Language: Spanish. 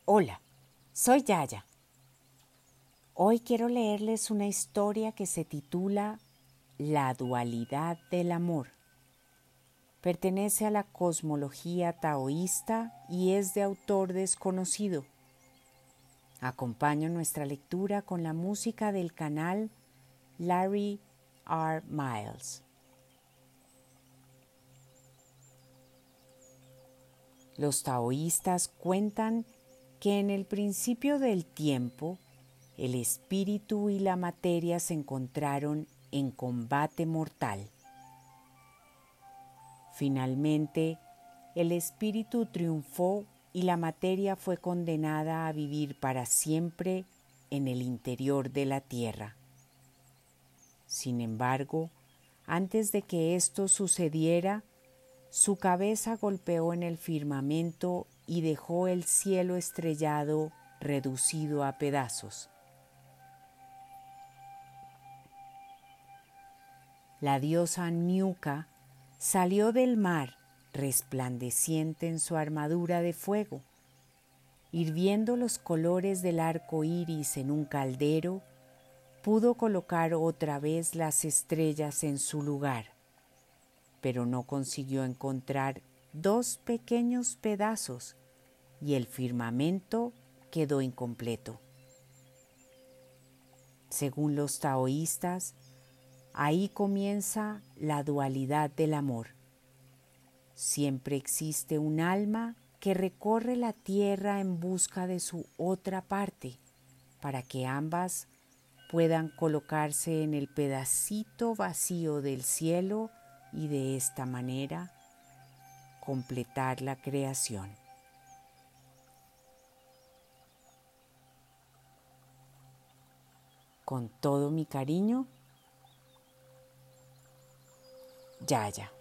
Hola, soy Yaya. Hoy quiero leerles una historia que se titula La dualidad del amor. Pertenece a la cosmología taoísta y es de autor desconocido. Acompaño nuestra lectura con la música del canal Larry R. Miles. Los taoístas cuentan que en el principio del tiempo, el espíritu y la materia se encontraron en combate mortal. Finalmente, el espíritu triunfó y la materia fue condenada a vivir para siempre en el interior de la tierra. Sin embargo, antes de que esto sucediera, su cabeza golpeó en el firmamento y dejó el cielo estrellado reducido a pedazos. La diosa Niuka salió del mar resplandeciente en su armadura de fuego. Hirviendo los colores del arco iris en un caldero, pudo colocar otra vez las estrellas en su lugar, pero no consiguió encontrar dos pequeños pedazos y el firmamento quedó incompleto. Según los taoístas, ahí comienza la dualidad del amor. Siempre existe un alma que recorre la tierra en busca de su otra parte, para que ambas puedan colocarse en el pedacito vacío del cielo y de esta manera completar la creación. Con todo mi cariño, Yaya.